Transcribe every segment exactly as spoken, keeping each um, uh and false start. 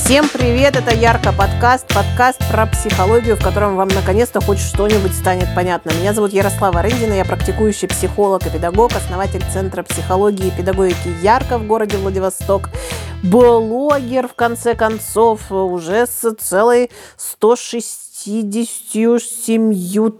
Всем привет, это Ярко подкаст, подкаст про психологию, в котором вам наконец-то хоть что-нибудь станет понятно. Меня зовут Ярослава Рындина, я практикующий психолог и педагог, основатель Центра психологии и педагогики Ярко в городе Владивосток, блогер, в конце концов, уже с целой сто шестьдесят семь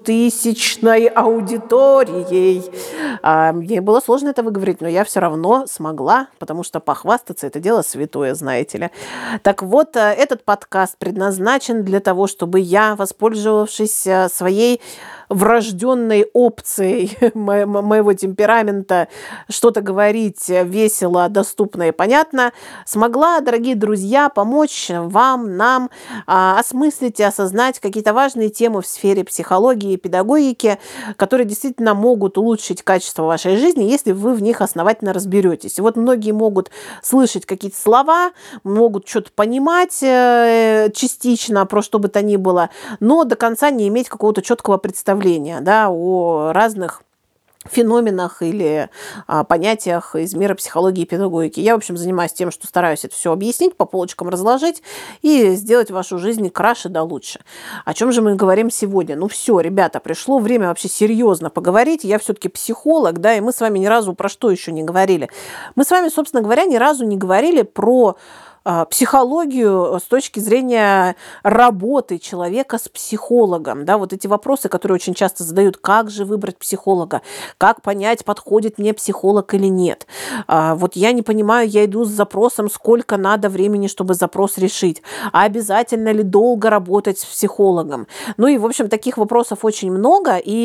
тысячной аудиторией. А, мне было сложно это выговорить, но я все равно смогла, потому что похвастаться – это дело святое, знаете ли. Так вот, этот подкаст предназначен для того, чтобы я, воспользовавшись своей врожденной опцией мо- моего темперамента что-то говорить весело, доступно и понятно, смогла, дорогие друзья, помочь вам, нам а, осмыслить и осознать какие-то важные темы в сфере психологии и педагогики, которые действительно могут улучшить качество вашей жизни, если вы в них основательно разберетесь. И вот многие могут слышать какие-то слова, могут что-то понимать э, частично про что бы то ни было, но до конца не иметь какого-то четкого представления, да, о разных феноменах или а, понятиях из мира психологии и педагогики. Я, в общем, занимаюсь тем, что стараюсь это все объяснить, по полочкам разложить и сделать вашу жизнь краше да лучше. О чем же мы говорим сегодня? Ну все, ребята, пришло время вообще серьезно поговорить. Я все-таки психолог, да, и мы с вами ни разу про что еще не говорили. Мы с вами, собственно говоря, ни разу не говорили про психологию с точки зрения работы человека с психологом. Да, вот эти вопросы, которые очень часто задают, как же выбрать психолога, как понять, подходит мне психолог или нет. Вот я не понимаю, я иду с запросом, сколько надо времени, чтобы запрос решить, а обязательно ли долго работать с психологом. Ну и, в общем, таких вопросов очень много, и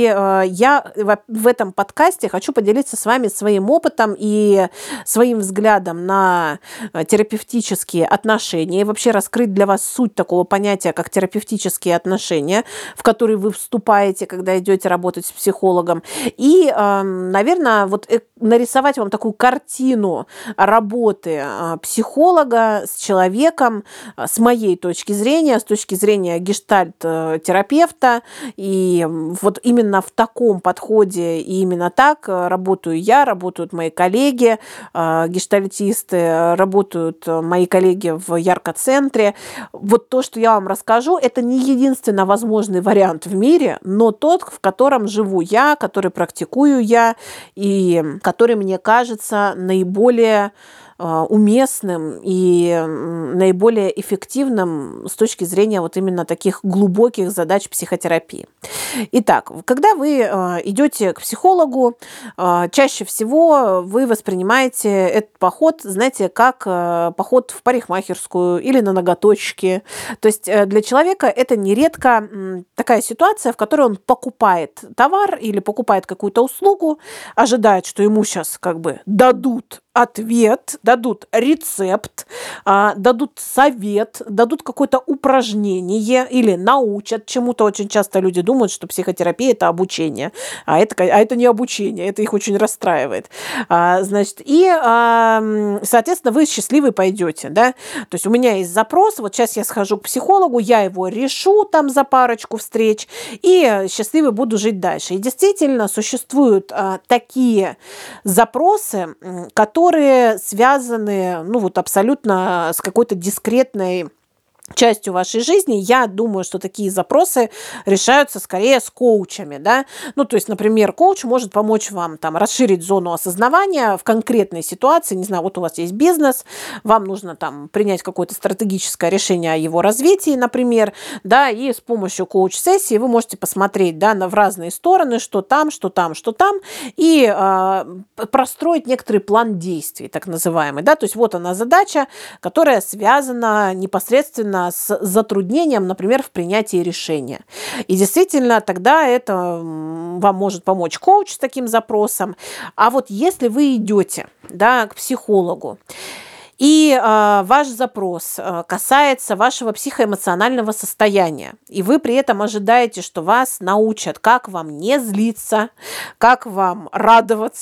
я в этом подкасте хочу поделиться с вами своим опытом и своим взглядом на терапевтические отношения и вообще раскрыть для вас суть такого понятия, как терапевтические отношения, в которые вы вступаете, когда идете работать с психологом. И, наверное, вот нарисовать вам такую картину работы психолога с человеком с моей точки зрения, с точки зрения гештальт-терапевта. И вот именно в таком подходе и именно так работаю я, работают мои коллеги, гештальтисты, работают мои коллеги в Ярко-центре. Вот то, что я вам расскажу, это не единственно возможный вариант в мире, но тот, в котором живу я, который практикую я и который, мне кажется, наиболее уместным и наиболее эффективным с точки зрения вот именно таких глубоких задач психотерапии. Итак, когда вы идете к психологу, чаще всего вы воспринимаете этот поход, знаете, как поход в парикмахерскую или на ноготочки. То есть для человека это нередко такая ситуация, в которой он покупает товар или покупает какую-то услугу, ожидает, что ему сейчас как бы дадут ответ, дадут рецепт, дадут совет, дадут какое-то упражнение или научат чему-то. Очень часто люди думают, что психотерапия – это обучение, а это, а это не обучение, это их очень расстраивает. Значит, и, соответственно, вы счастливы пойдете, да? То есть у меня есть запрос, вот сейчас я схожу к психологу, я его решу там за парочку встреч и счастливый буду жить дальше. И действительно существуют такие запросы, которые которые связаны, ну, вот абсолютно с какой-то дискретной частью вашей жизни. Я думаю, что такие запросы решаются скорее с коучами, да. Ну, то есть, например, коуч может помочь вам там расширить зону осознавания в конкретной ситуации. Не знаю, вот у вас есть бизнес, вам нужно там принять какое-то стратегическое решение о его развитии, например, да, и с помощью коуч-сессии вы можете посмотреть, да, на, в разные стороны, что там, что там, что там, и э, простроить некоторый план действий, так называемый, да. То есть, вот она задача, которая связана непосредственно с затруднением, например, в принятии решения. И действительно, тогда это вам может помочь коуч с таким запросом. А вот если вы идете, да, к психологу, и э, ваш запрос э, касается вашего психоэмоционального состояния, и вы при этом ожидаете, что вас научат, как вам не злиться, как вам радоваться,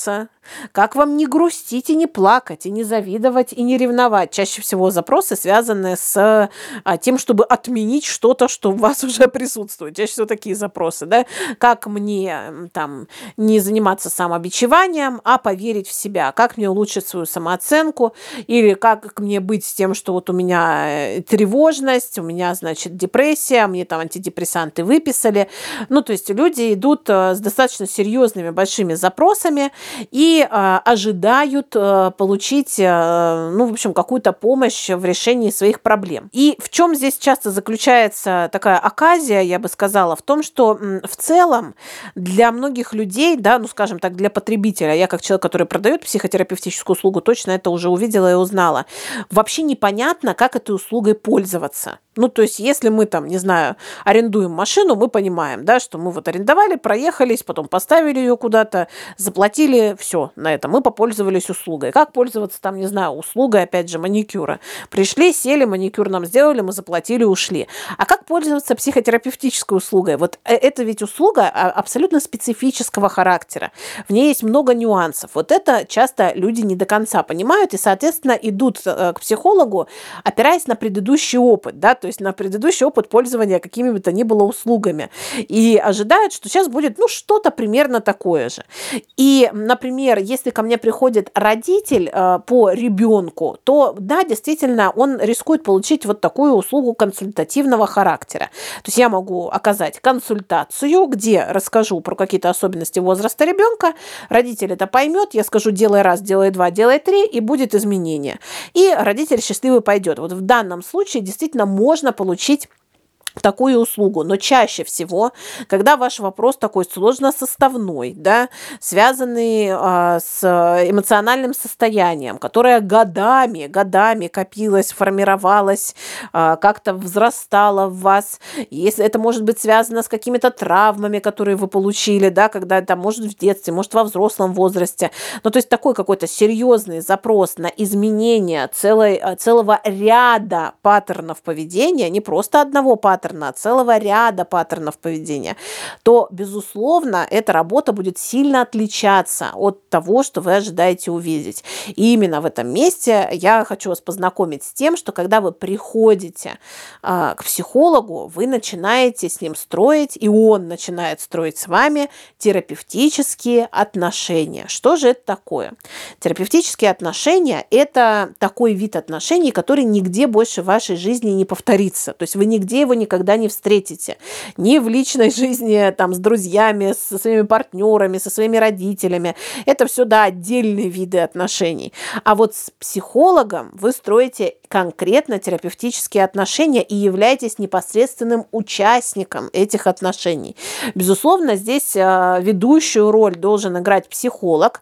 Как вам не грустить и не плакать, и не завидовать, и не ревновать? Чаще всего запросы связаны с а, тем, чтобы отменить что-то, что у вас уже присутствует. Чаще всего такие запросы, да? Как мне там не заниматься самобичеванием, а поверить в себя? Как мне улучшить свою самооценку? Или как мне быть с тем, что вот у меня тревожность, у меня, значит, депрессия, мне там антидепрессанты выписали. Ну, то есть люди идут с достаточно серьезными большими запросами и э, ожидают э, получить, э, ну, в общем, какую-то помощь в решении своих проблем. И в чем здесь часто заключается такая оказия, я бы сказала, в том, что м, в целом для многих людей, да, ну, скажем так, для потребителя, я как человек, который продает психотерапевтическую услугу, точно это уже увидела и узнала, вообще непонятно, как этой услугой пользоваться. Ну, то есть, если мы там, не знаю, арендуем машину, мы понимаем, да, что мы вот арендовали, проехались, потом поставили ее куда-то, заплатили, все, на этом мы попользовались услугой. Как пользоваться там, не знаю, услугой, опять же, маникюра? Пришли, сели, маникюр нам сделали, мы заплатили, ушли. А как пользоваться психотерапевтической услугой? Вот это ведь услуга абсолютно специфического характера. В ней есть много нюансов. Вот это часто люди не до конца понимают и, соответственно, идут к психологу, опираясь на предыдущий опыт, да, то есть на предыдущий опыт пользования какими бы то ни было услугами. И ожидают, что сейчас будет, ну, что-то примерно такое же. И, например, если ко мне приходит родитель э, по ребенку, то, да, действительно, он рискует получить вот такую услугу консультативного характера. То есть я могу оказать консультацию, где расскажу про какие-то особенности возраста ребенка, родитель это поймет, я скажу, делай раз, делай два, делай три, и будет изменение. И родитель счастливый пойдет. Вот в данном случае действительно можно можно получить такую услугу, но чаще всего, когда ваш вопрос такой сложносоставной, да, связанный а, с эмоциональным состоянием, которое годами, годами копилось, формировалось, а, как-то взрастало в вас, если это может быть связано с какими-то травмами, которые вы получили, да, когда это может в детстве, может во взрослом возрасте, ну, то есть такой какой-то серьезный запрос на изменение целой, целого ряда паттернов поведения, не просто одного паттерна, целого ряда паттернов поведения, то, безусловно, эта работа будет сильно отличаться от того, что вы ожидаете увидеть. И именно в этом месте я хочу вас познакомить с тем, что когда вы приходите а, к психологу, вы начинаете с ним строить, и он начинает строить с вами терапевтические отношения. Что же это такое? Терапевтические отношения – это такой вид отношений, который нигде больше в вашей жизни не повторится. То есть вы нигде его не никогда не встретите. Ни в личной жизни, там, с друзьями, со своими партнерами, со своими родителями. Это все, да, отдельные виды отношений. А вот с психологом вы строите конкретно терапевтические отношения и являетесь непосредственным участником этих отношений. Безусловно, здесь ведущую роль должен играть психолог.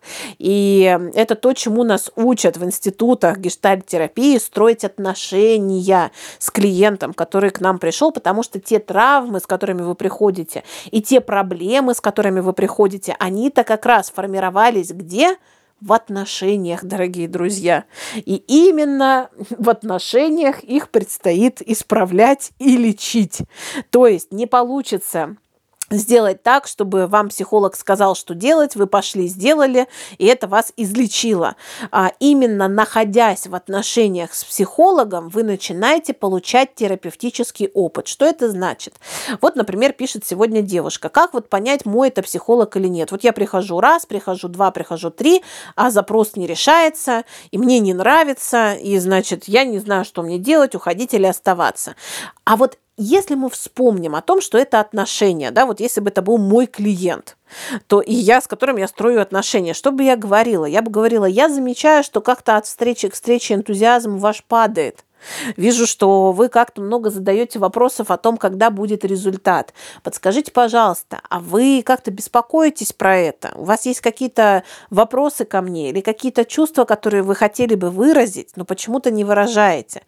И это то, чему нас учат в институтах гештальт-терапии, строить отношения с клиентом, который к нам пришел, потому что те травмы, с которыми вы приходите, и те проблемы, с которыми вы приходите, они-то как раз формировались где? В отношениях, дорогие друзья. И именно в отношениях их предстоит исправлять и лечить. То есть не получится сделать так, чтобы вам психолог сказал, что делать, вы пошли, сделали, и это вас излечило. А именно находясь в отношениях с психологом, вы начинаете получать терапевтический опыт. Что это значит? Вот, например, пишет сегодня девушка. Как вот понять, мой это психолог или нет? Вот я прихожу раз, прихожу два, прихожу три, а запрос не решается, и мне не нравится, и, значит, я не знаю, что мне делать, уходить или оставаться. А вот если мы вспомним о том, что это отношения, да, вот если бы это был мой клиент, то и я, с которым я строю отношения, что бы я говорила? Я бы говорила, я замечаю, что как-то от встречи к встрече энтузиазм ваш падает. Вижу, что вы как-то много задаете вопросов о том, когда будет результат. Подскажите, пожалуйста, а вы как-то беспокоитесь про это? У вас есть какие-то вопросы ко мне или какие-то чувства, которые вы хотели бы выразить, но почему-то не выражаете?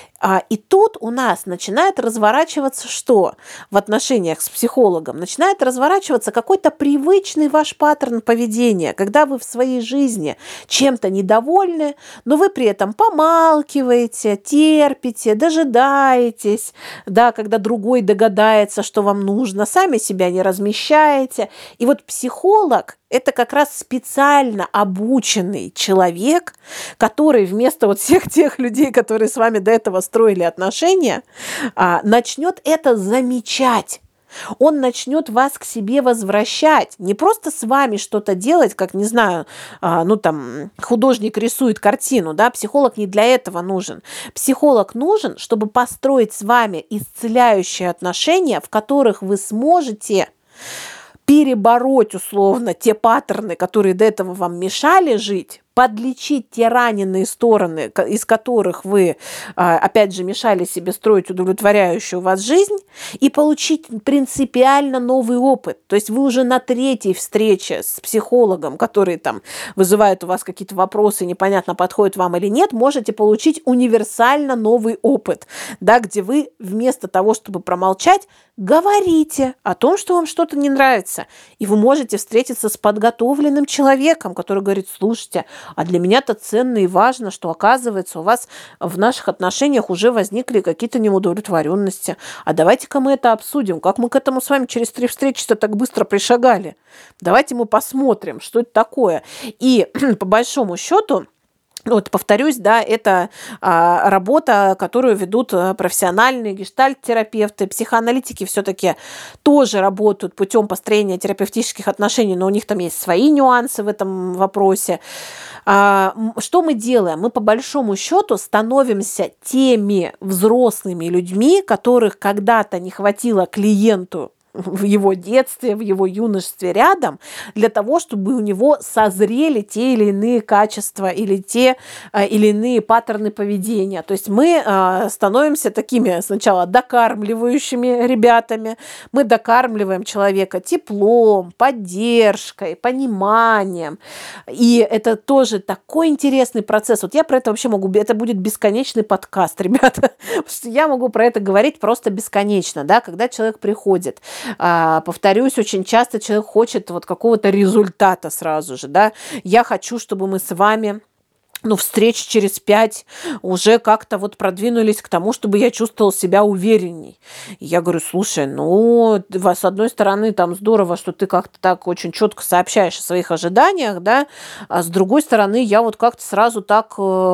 И тут у нас начинает разворачиваться что в отношениях с психологом? Начинает разворачиваться какой-то привычный ваш паттерн поведения, когда вы в своей жизни чем-то недовольны, но вы при этом помалкиваете, терпите, дожидаетесь, да, когда другой догадается, что вам нужно, сами себя не размещаете. И вот психолог – это как раз специально обученный человек, который вместо вот всех тех людей, которые с вами до этого строили отношения, начнет это замечать. Он начнет вас к себе возвращать. Не просто с вами что-то делать, как, не знаю, ну там, художник рисует картину, да, психолог не для этого нужен. Психолог нужен, чтобы построить с вами исцеляющие отношения, в которых вы сможете перебороть, условно, те паттерны, которые до этого вам мешали жить, подлечить те раненые стороны, из которых вы, опять же, мешали себе строить удовлетворяющую вас жизнь, и получить принципиально новый опыт. То есть вы уже на третьей встрече с психологом, который там вызывает у вас какие-то вопросы, непонятно, подходит вам или нет, можете получить универсально новый опыт, да, где вы вместо того, чтобы промолчать, говорите о том, что вам что-то не нравится. И вы можете встретиться с подготовленным человеком, который говорит: слушайте, а для меня-то ценно и важно, что, оказывается, у вас в наших отношениях уже возникли какие-то неудовлетворенности. А давайте-ка мы это обсудим. Как мы к этому с вами через три встречи-то так быстро пришагали? Давайте мы посмотрим, что это такое. И по большому счету, вот повторюсь, да, это а, работа, которую ведут профессиональные гештальт-терапевты, психоаналитики все-таки тоже работают путем построения терапевтических отношений, но у них там есть свои нюансы в этом вопросе. А, что мы делаем? Мы по большому счету становимся теми взрослыми людьми, которых когда-то не хватило клиенту в его детстве, в его юношестве рядом, для того, чтобы у него созрели те или иные качества или те или иные паттерны поведения. То есть мы становимся такими сначала докармливающими ребятами, мы докармливаем человека теплом, поддержкой, пониманием. И это тоже такой интересный процесс. Вот я про это вообще могу, это будет бесконечный подкаст, ребята, потому что я могу про это говорить просто бесконечно, да, когда человек приходит. Повторюсь, очень часто человек хочет вот какого-то результата сразу же, да. Я хочу, чтобы мы с вами, ну, встреч через пять уже как-то вот продвинулись к тому, чтобы я чувствовал себя уверенней. И я говорю: слушай, ну, с одной стороны, там здорово, что ты как-то так очень четко сообщаешь о своих ожиданиях, да, а с другой стороны, я вот как-то сразу так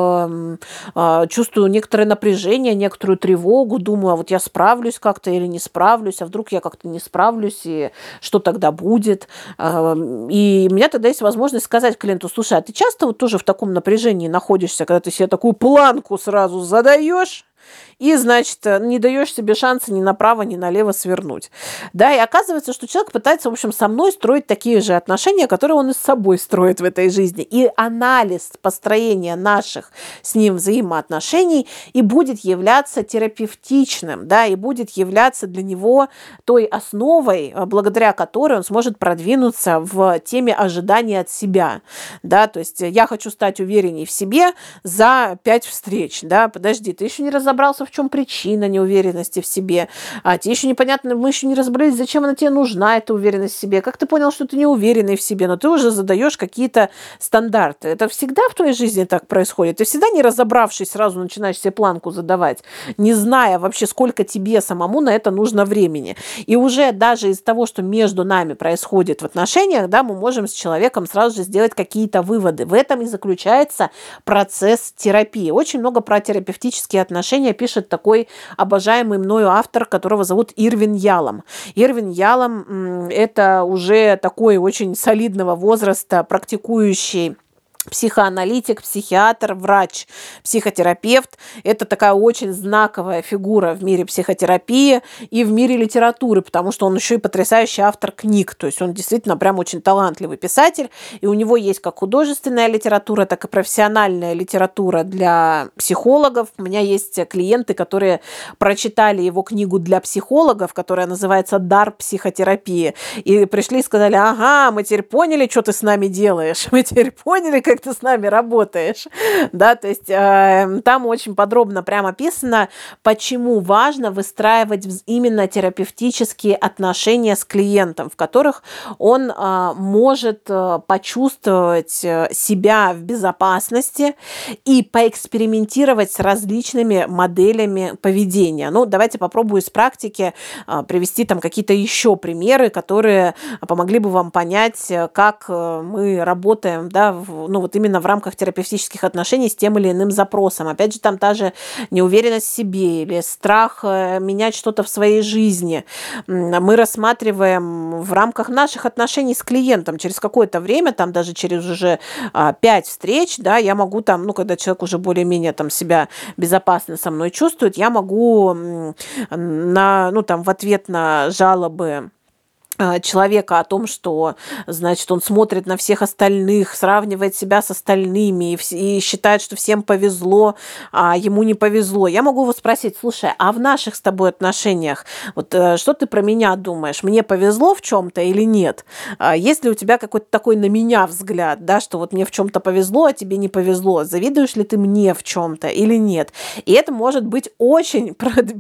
э, э, чувствую некоторое напряжение, некоторую тревогу, думаю, а вот я справлюсь как-то или не справлюсь, а вдруг я как-то не справлюсь, и что тогда будет? Э, и у меня тогда есть возможность сказать клиенту: слушай, а ты часто вот тоже в таком напряжении находишься, когда ты себе такую планку сразу задаешь и, значит, не даешь себе шанса ни направо, ни налево свернуть. Да, и оказывается, что человек пытается, в общем, со мной строить такие же отношения, которые он и с собой строит в этой жизни. И анализ построения наших с ним взаимоотношений и будет являться терапевтичным, да, и будет являться для него той основой, благодаря которой он сможет продвинуться в теме ожидания от себя. Да, то есть я хочу стать уверенней в себе за пять встреч. Да, подожди, ты еще не разобрался, в чем причина неуверенности в себе. А тебе еще непонятно, мы еще не разобрались, зачем она тебе нужна, эта уверенность в себе. Как ты понял, что ты не уверенный в себе, но ты уже задаешь какие-то стандарты. Это всегда в твоей жизни так происходит. Ты всегда, не разобравшись, сразу начинаешь себе планку задавать, не зная вообще, сколько тебе самому на это нужно времени. И уже даже из того, что между нами происходит в отношениях, да, мы можем с человеком сразу же сделать какие-то выводы. В этом и заключается процесс терапии. Очень много про терапевтические отношения пишет такой обожаемый мною автор, которого зовут Ирвин Ялом. Ирвин Ялом – это уже такой очень солидного возраста практикующий психоаналитик, психиатр, врач, психотерапевт. Это такая очень знаковая фигура в мире психотерапии и в мире литературы, потому что он еще и потрясающий автор книг. То есть он действительно прям очень талантливый писатель, и у него есть как художественная литература, так и профессиональная литература для психологов. У меня есть клиенты, которые прочитали его книгу для психологов, которая называется «Дар психотерапии», и пришли и сказали: ага, мы теперь поняли, что ты с нами делаешь, мы теперь поняли, как ты с нами работаешь, да, то есть э, там очень подробно прямо описано, почему важно выстраивать именно терапевтические отношения с клиентом, в которых он э, может э, почувствовать себя в безопасности и поэкспериментировать с различными моделями поведения. Ну, давайте попробую из практики э, привести там какие-то еще примеры, которые помогли бы вам понять, как мы работаем, да, в, ну вот именно в рамках терапевтических отношений с тем или иным запросом. Опять же, там та же неуверенность в себе или страх менять что-то в своей жизни. Мы рассматриваем в рамках наших отношений с клиентом через какое-то время, там даже через уже а, пять встреч, да, я могу там, ну, когда человек уже более-менее там себя безопасно со мной чувствует, я могу на, ну, там, в ответ на жалобы человека о том, что, значит, он смотрит на всех остальных, сравнивает себя с остальными и, и считает, что всем повезло, а ему не повезло. Я могу его спросить: слушай, а в наших с тобой отношениях, вот что ты про меня думаешь? Мне повезло в чем-то или нет? Есть ли у тебя какой-то такой на меня взгляд, да, что вот мне в чем-то повезло, а тебе не повезло? Завидуешь ли ты мне в чем-то или нет? И это может быть очень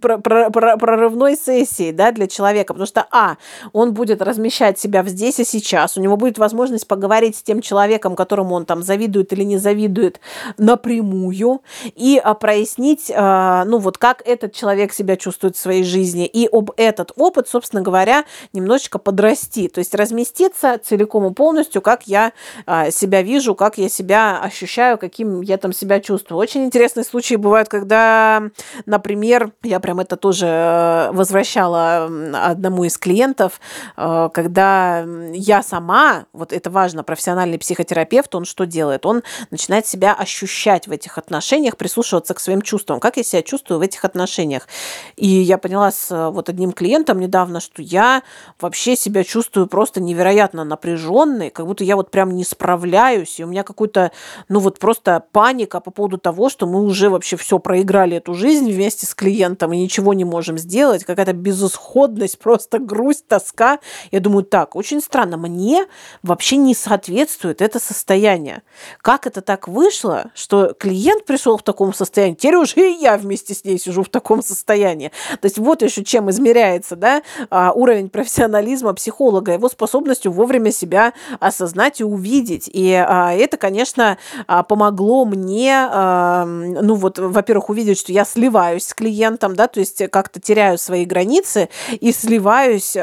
прорывной сессией, да, для человека, потому что, а, он будет размещать себя в здесь и сейчас, у него будет возможность поговорить с тем человеком, которому он там завидует или не завидует, напрямую, и а, прояснить, а, ну вот как этот человек себя чувствует в своей жизни, и об этот опыт, собственно говоря, немножечко подрасти, то есть разместиться целиком и полностью, как я а, себя вижу, как я себя ощущаю, каким я там себя чувствую. Очень интересные случаи бывают, когда, например, я прям это тоже возвращала одному из клиентов, когда я сама, вот это важно, профессиональный психотерапевт, он что делает? Он начинает себя ощущать в этих отношениях, прислушиваться к своим чувствам. Как я себя чувствую в этих отношениях? И я поняла с вот одним клиентом недавно, что я вообще себя чувствую просто невероятно напряженной, как будто я вот прям не справляюсь, и у меня какой-то, ну вот просто паника по поводу того, что мы уже вообще все проиграли эту жизнь вместе с клиентом и ничего не можем сделать, какая-то безысходность, просто грусть, тоска. Я думаю, так, очень странно, мне вообще не соответствует это состояние. Как это так вышло, что клиент пришел в таком состоянии, теперь уже и я вместе с ней сижу в таком состоянии. То есть вот еще чем измеряется, да, уровень профессионализма психолога, его способностью вовремя себя осознать и увидеть. И это, конечно, помогло мне, ну вот, во-первых, увидеть, что я сливаюсь с клиентом, да, то есть как-то теряю свои границы и сливаюсь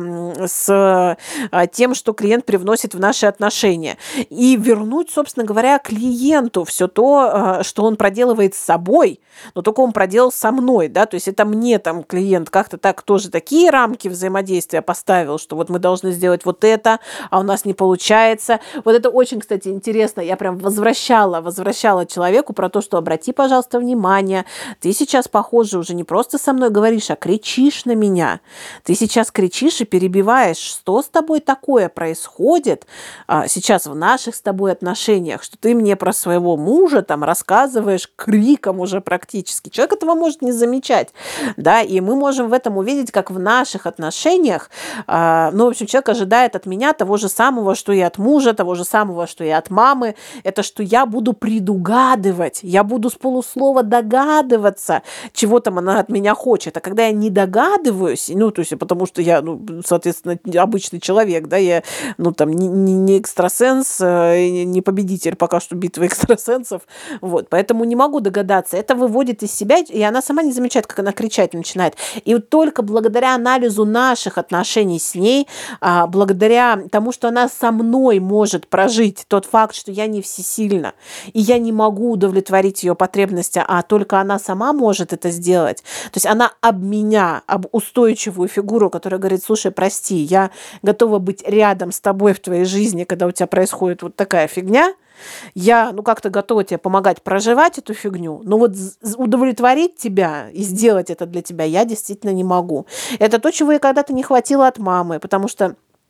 с тем, что клиент привносит в наши отношения. И вернуть, собственно говоря, клиенту все то, что он проделывает с собой, но только он проделал со мной, да, то есть это мне там клиент как-то так тоже такие рамки взаимодействия поставил, что вот мы должны сделать вот это, а у нас не получается. Вот это очень, кстати, интересно. Я прям возвращала, возвращала человеку про то, что обрати, пожалуйста, внимание, ты сейчас, похоже, уже не просто со мной говоришь, а кричишь на меня. Ты сейчас кричишь и перебиваешь, что с тобой такое происходит а, сейчас в наших с тобой отношениях, что ты мне про своего мужа там рассказываешь криком уже практически. Человек этого может не замечать, да, и мы можем в этом увидеть, как в наших отношениях, а, ну, в общем, человек ожидает от меня того же самого, что и от мужа, того же самого, что и от мамы, это что я буду предугадывать, я буду с полуслова догадываться, чего там она от меня хочет, а когда я не догадываюсь, ну, то есть потому что я, ну, соответственно, обычный человек, да, я, ну, там, не, не экстрасенс, не победитель пока что битвы экстрасенсов, вот, поэтому не могу догадаться. Это выводит из себя, и она сама не замечает, как она кричать начинает. И вот только благодаря анализу наших отношений с ней, благодаря тому, что она со мной может прожить тот факт, что я не всесильна, и я не могу удовлетворить ее потребности, а только она сама может это сделать. То есть она об меня, об устойчивую фигуру, которая говорит: слушай, прости, я готова быть рядом с тобой в твоей жизни, когда у тебя происходит вот такая фигня, я, ну, как-то готова тебе помогать проживать эту фигню, но вот удовлетворить тебя и сделать это для тебя я действительно не могу. Это то, чего и когда-то не хватило от мамы, потому что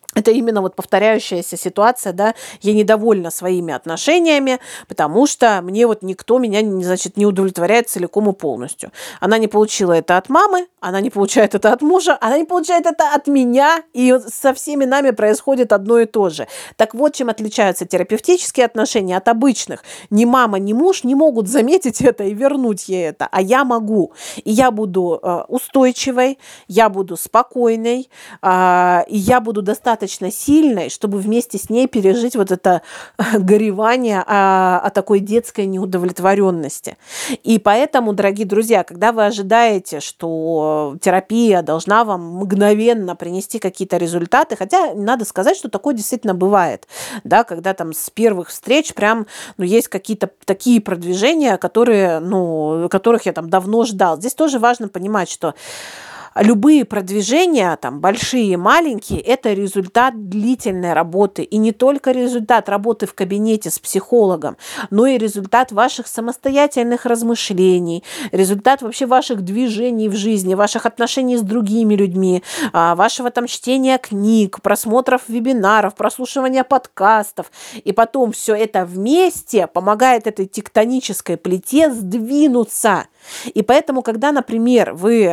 Это именно вот повторяющаяся ситуация, да, я недовольна своими отношениями, потому что мне вот никто меня, значит, не удовлетворяет целиком и полностью. Она не получила это от мамы, она не получает это от мужа, она не получает это от меня, и со всеми нами происходит одно и то же. Так вот, чем отличаются терапевтические отношения от обычных. Ни мама, ни муж не могут заметить это и вернуть ей это, а я могу. И я буду э, устойчивой, я буду спокойной, э, и я буду достаточно сильной, чтобы вместе с ней пережить вот это горевание о, о такой детской неудовлетворенности. И поэтому, дорогие друзья, когда вы ожидаете, что терапия должна вам мгновенно принести какие-то результаты, хотя надо сказать, что такое действительно бывает, да, когда там с первых встреч прям, ну, есть какие-то такие продвижения, которые, ну, которых я там давно ждал. Здесь тоже важно понимать, что любые продвижения, там, большие и маленькие, это результат длительной работы. И не только результат работы в кабинете с психологом, но и результат ваших самостоятельных размышлений, результат вообще ваших движений в жизни, ваших отношений с другими людьми, вашего там чтения книг, просмотров вебинаров, прослушивания подкастов. И потом все это вместе помогает этой тектонической плите сдвинуться. И поэтому, когда, например, вы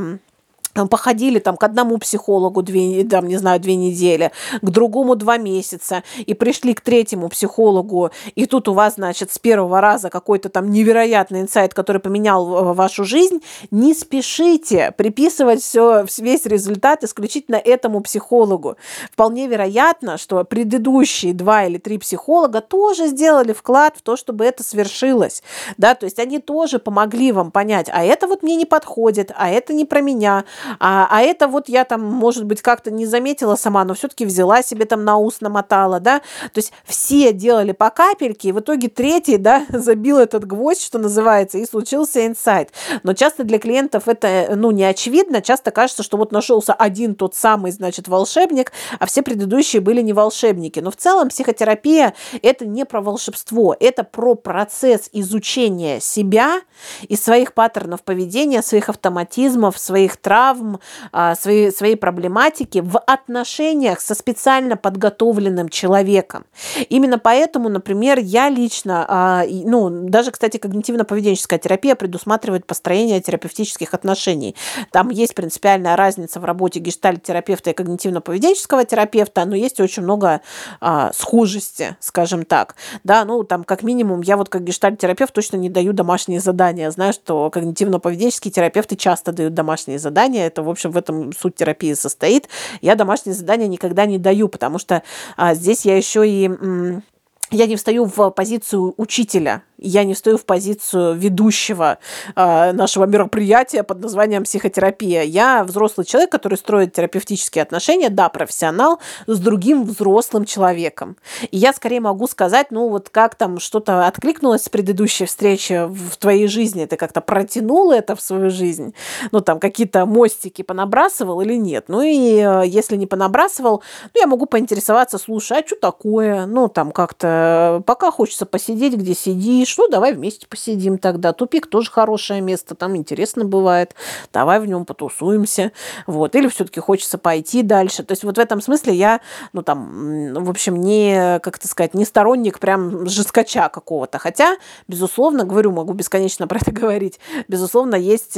походили там к одному психологу две, там, не знаю, две недели, к другому два месяца, и пришли к третьему психологу, и тут у вас, значит, с первого раза какой-то там невероятный инсайт, который поменял вашу жизнь, не спешите приписывать все, весь результат исключительно этому психологу. Вполне вероятно, что предыдущие два или три психолога тоже сделали вклад в то, чтобы это свершилось, да, то есть они тоже помогли вам понять, а это вот мне не подходит, а это не про меня, А, а это вот я там, может быть, как-то не заметила сама, но все-таки взяла себе там на ус, намотала, да. То есть все делали по капельке, и в итоге третий, да, забил этот гвоздь, что называется, и случился инсайт. Но часто для клиентов это, ну, не очевидно. Часто кажется, что вот нашелся один тот самый, значит, волшебник, а все предыдущие были не волшебники. Но в целом психотерапия – это не про волшебство, это про процесс изучения себя и своих паттернов поведения, своих автоматизмов, своих травм, своей, своей проблематики в отношениях со специально подготовленным человеком. Именно поэтому, например, я лично, ну, даже, кстати, когнитивно-поведенческая терапия предусматривает построение терапевтических отношений. Там есть принципиальная разница в работе гештальт-терапевта и когнитивно-поведенческого терапевта, но есть очень много а, схожести, скажем так. Да, ну, там, как минимум, я вот как гештальт-терапевт точно не даю домашние задания. Знаю, что когнитивно-поведенческие терапевты часто дают домашние задания. Это, в общем, в этом суть терапии состоит. Я домашние задания никогда не даю, потому что а, здесь я еще и... М- я не встаю в позицию учителя, я не встаю в позицию ведущего э, нашего мероприятия под названием психотерапия. Я взрослый человек, который строит терапевтические отношения, да, профессионал, с другим взрослым человеком. И я скорее могу сказать, ну вот как там что-то откликнулось с предыдущей встречи в твоей жизни, ты как-то протянул это в свою жизнь, ну там какие-то мостики понабрасывал или нет. Ну и э, если не понабрасывал, ну я могу поинтересоваться, слушай, а что такое? Ну там как-то пока хочется посидеть, где сидишь, ну, давай вместе посидим тогда. Тупик тоже хорошее место, там интересно бывает. Давай в нем потусуемся. Вот. Или все-таки хочется пойти дальше. То есть вот в этом смысле я, ну, там, в общем, не, как это сказать, не сторонник прям жесткача какого-то. Хотя, безусловно, говорю, могу бесконечно про это говорить, безусловно, есть,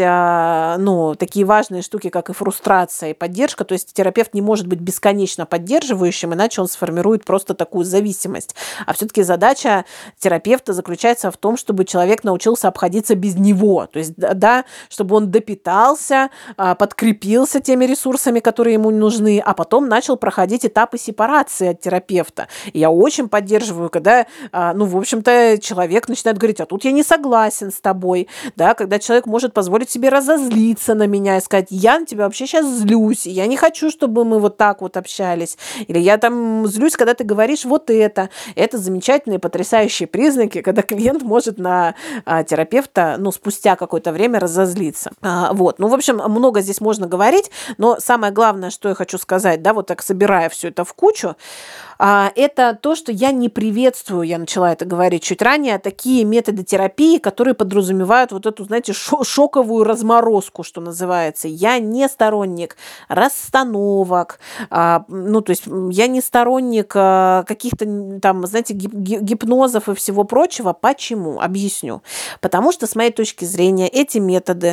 ну, такие важные штуки, как и фрустрация, и поддержка. То есть терапевт не может быть бесконечно поддерживающим, иначе он сформирует просто такую зависимость. А все-таки задача терапевта заключается в том, чтобы человек научился обходиться без него. То есть, да, чтобы он допитался, подкрепился теми ресурсами, которые ему нужны, а потом начал проходить этапы сепарации от терапевта. И я очень поддерживаю, когда, ну, в общем-то, человек начинает говорить, а тут я не согласен с тобой, да, когда человек может позволить себе разозлиться на меня и сказать, я на тебя вообще сейчас злюсь, я не хочу, чтобы мы вот так вот общались, или я там злюсь, когда ты говоришь вот это. Это замечательные, потрясающие признаки, когда клиент может на а, терапевта, ну, спустя какое-то время разозлиться. А, вот. Ну, в общем, много здесь можно говорить, но самое главное, что я хочу сказать, да, вот так собирая все это в кучу, Это то, что я не приветствую, я начала это говорить чуть ранее, такие методы терапии, которые подразумевают вот эту, знаете, шоковую разморозку, что называется. Я не сторонник расстановок, ну, то есть я не сторонник каких-то там, знаете, гипнозов и всего прочего. Почему? Объясню. Потому что, с моей точки зрения, эти методы,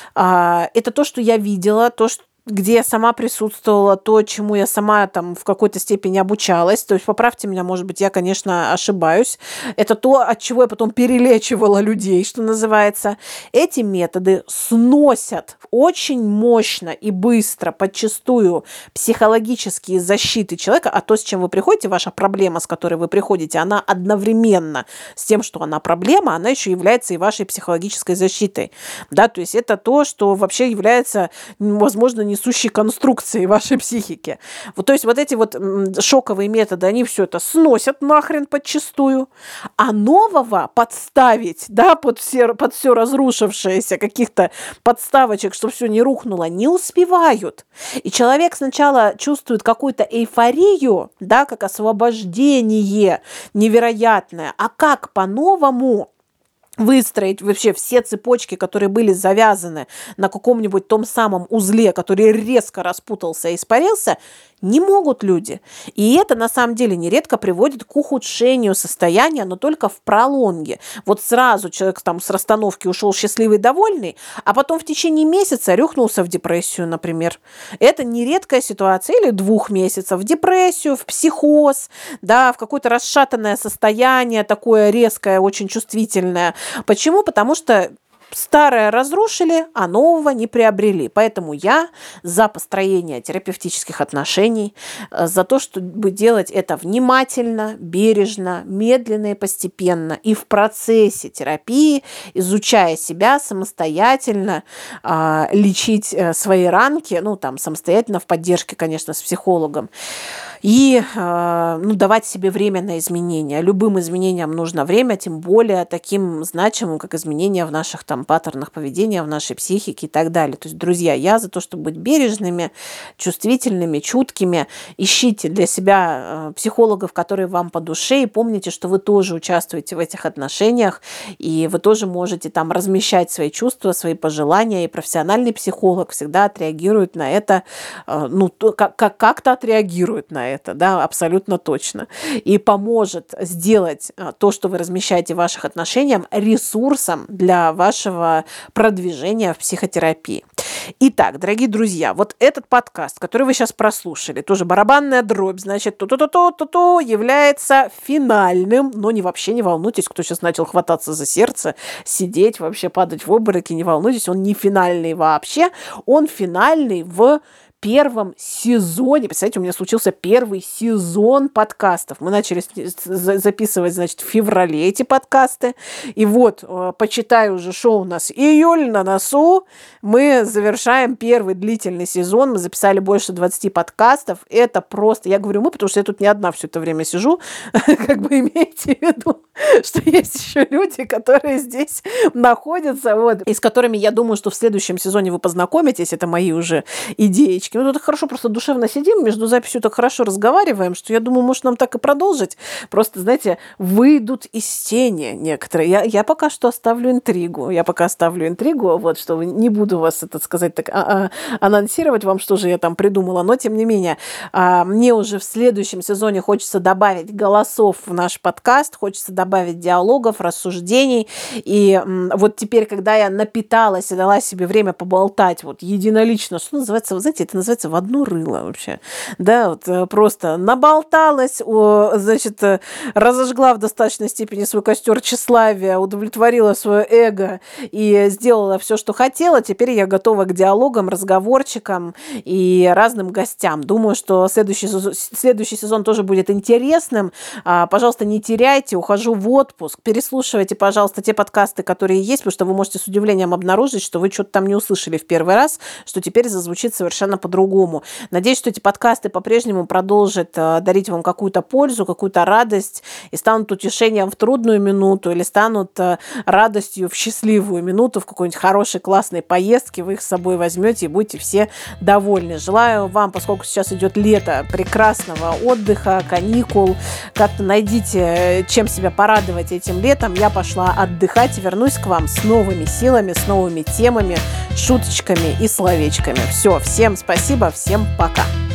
это то, что я видела, то, что где я сама присутствовала, то, чему я сама там в какой-то степени обучалась. То есть поправьте меня, может быть, я, конечно, ошибаюсь. Это то, от чего я потом перелечивала людей, что называется. Эти методы сносят очень мощно и быстро, подчастую, психологические защиты человека, а то, с чем вы приходите, ваша проблема, с которой вы приходите, она одновременно с тем, что она проблема, она еще является и вашей психологической защитой. Да, то есть это то, что вообще является, возможно, не несущей конструкции вашей психики. Вот, то есть вот эти вот шоковые методы, они все это сносят нахрен подчистую, а нового подставить, да, под все, под все разрушившееся, каких-то подставочек, чтобы все не рухнуло, не успевают. И человек сначала чувствует какую-то эйфорию, да, как освобождение невероятное, а как по-новому выстроить вообще все цепочки, которые были завязаны на каком-нибудь том самом узле, который резко распутался и испарился, не могут люди. И это на самом деле нередко приводит к ухудшению состояния, но только в пролонге. Вот сразу человек там с расстановки ушел счастливый, довольный, а потом в течение месяца рюхнулся в депрессию, например. Это нередкая ситуация. Или двух месяцев в депрессию, в психоз, да, в какое-то расшатанное состояние, такое резкое, очень чувствительное. Почему? Потому что старое разрушили, а нового не приобрели. Поэтому я за построение терапевтических отношений, за то, чтобы делать это внимательно, бережно, медленно и постепенно. И в процессе терапии, изучая себя самостоятельно, лечить свои ранки, ну, там, самостоятельно, в поддержке, конечно, с психологом. И ну, давать себе время на изменения. Любым изменениям нужно время, тем более таким значимым, как изменения в наших там паттернах поведения, в нашей психике и так далее. То есть, друзья, я за то, чтобы быть бережными, чувствительными, чуткими. Ищите для себя психологов, которые вам по душе, и помните, что вы тоже участвуете в этих отношениях, и вы тоже можете там размещать свои чувства, свои пожелания, и профессиональный психолог всегда отреагирует на это, ну, как-то отреагирует на это. Это, да, абсолютно точно. И поможет сделать то, что вы размещаете в ваших отношениях, ресурсом для вашего продвижения в психотерапии. Итак, дорогие друзья, вот этот подкаст, который вы сейчас прослушали, тоже барабанная дробь, значит, то-то-то-то-то является финальным, но не вообще не волнуйтесь, кто сейчас начал хвататься за сердце, сидеть, вообще падать в обмороки, не волнуйтесь, он не финальный вообще, он финальный в первом сезоне. Представляете, у меня случился первый сезон подкастов. Мы начали записывать, значит, в феврале эти подкасты. И вот, почитай уже, шоу у нас июль на носу. Мы завершаем первый длительный сезон. Мы записали больше двадцати подкастов. Это просто, я говорю мы, потому что я тут не одна все это время сижу. Как бы имейте в виду, что есть еще люди, которые здесь находятся, вот, и с которыми, я думаю, что в следующем сезоне вы познакомитесь. Это мои уже идеечки. Ну, так хорошо, просто душевно сидим, между записью так хорошо разговариваем, что я думаю, может, нам так и продолжить. Просто, знаете, выйдут из тени некоторые. Я, я пока что оставлю интригу. Я пока оставлю интригу, вот, что не буду вас, это сказать, так а- а- анонсировать вам, что же я там придумала, но, тем не менее, а, мне уже в следующем сезоне хочется добавить голосов в наш подкаст, хочется добавить диалогов, рассуждений. И м, вот теперь, когда я напиталась и дала себе время поболтать вот единолично, что называется, вы знаете, это называется в одно рыло вообще. Да, вот просто наболталась, значит, разожгла в достаточной степени свой костер тщеславия, удовлетворила свое эго и сделала все, что хотела. Теперь я готова к диалогам, разговорчикам и разным гостям. Думаю, что следующий, следующий сезон тоже будет интересным. Пожалуйста, не теряйте. Ухожу в отпуск, переслушивайте, пожалуйста, те подкасты, которые есть, потому что вы можете с удивлением обнаружить, что вы что-то там не услышали в первый раз, что теперь зазвучит совершенно по-другому. Надеюсь, что эти подкасты по-прежнему продолжат дарить вам какую-то пользу, какую-то радость и станут утешением в трудную минуту или станут радостью в счастливую минуту, в какой-нибудь хорошей, классной поездке. Вы их с собой возьмете и будете все довольны. Желаю вам, поскольку сейчас идет лето, прекрасного отдыха, каникул. Как-то найдите, чем себя порадовать этим летом. Я пошла отдыхать и вернусь к вам с новыми силами, с новыми темами, шуточками и словечками. Все, всем спасибо, всем пока.